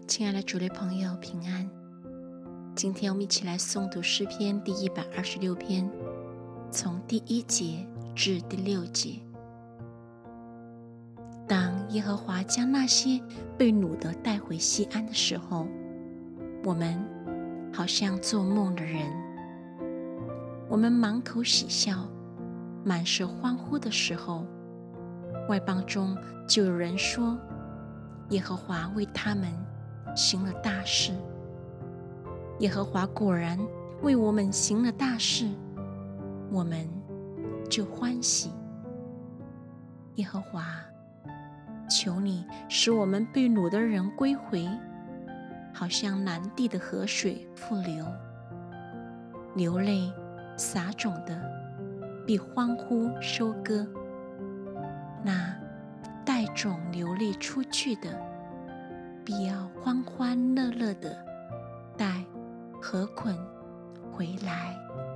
亲爱的主内朋友，平安。今天我们一起来诵读诗篇第126篇，从第1节至第6节。当耶和华将那些被掳的带回西安的时候，我们好像做梦的人。我们满口喜笑，满是欢呼的时候，外邦中就有人说，耶和华为他们行了大事。耶和华果然为我们行了大事，我们就欢喜。耶和华，求你使我们被掳的人归回，好像南地的河水复流。流泪撒种的必欢呼收割，那带种流泪出去的必要欢欢乐乐的带禾捆回来。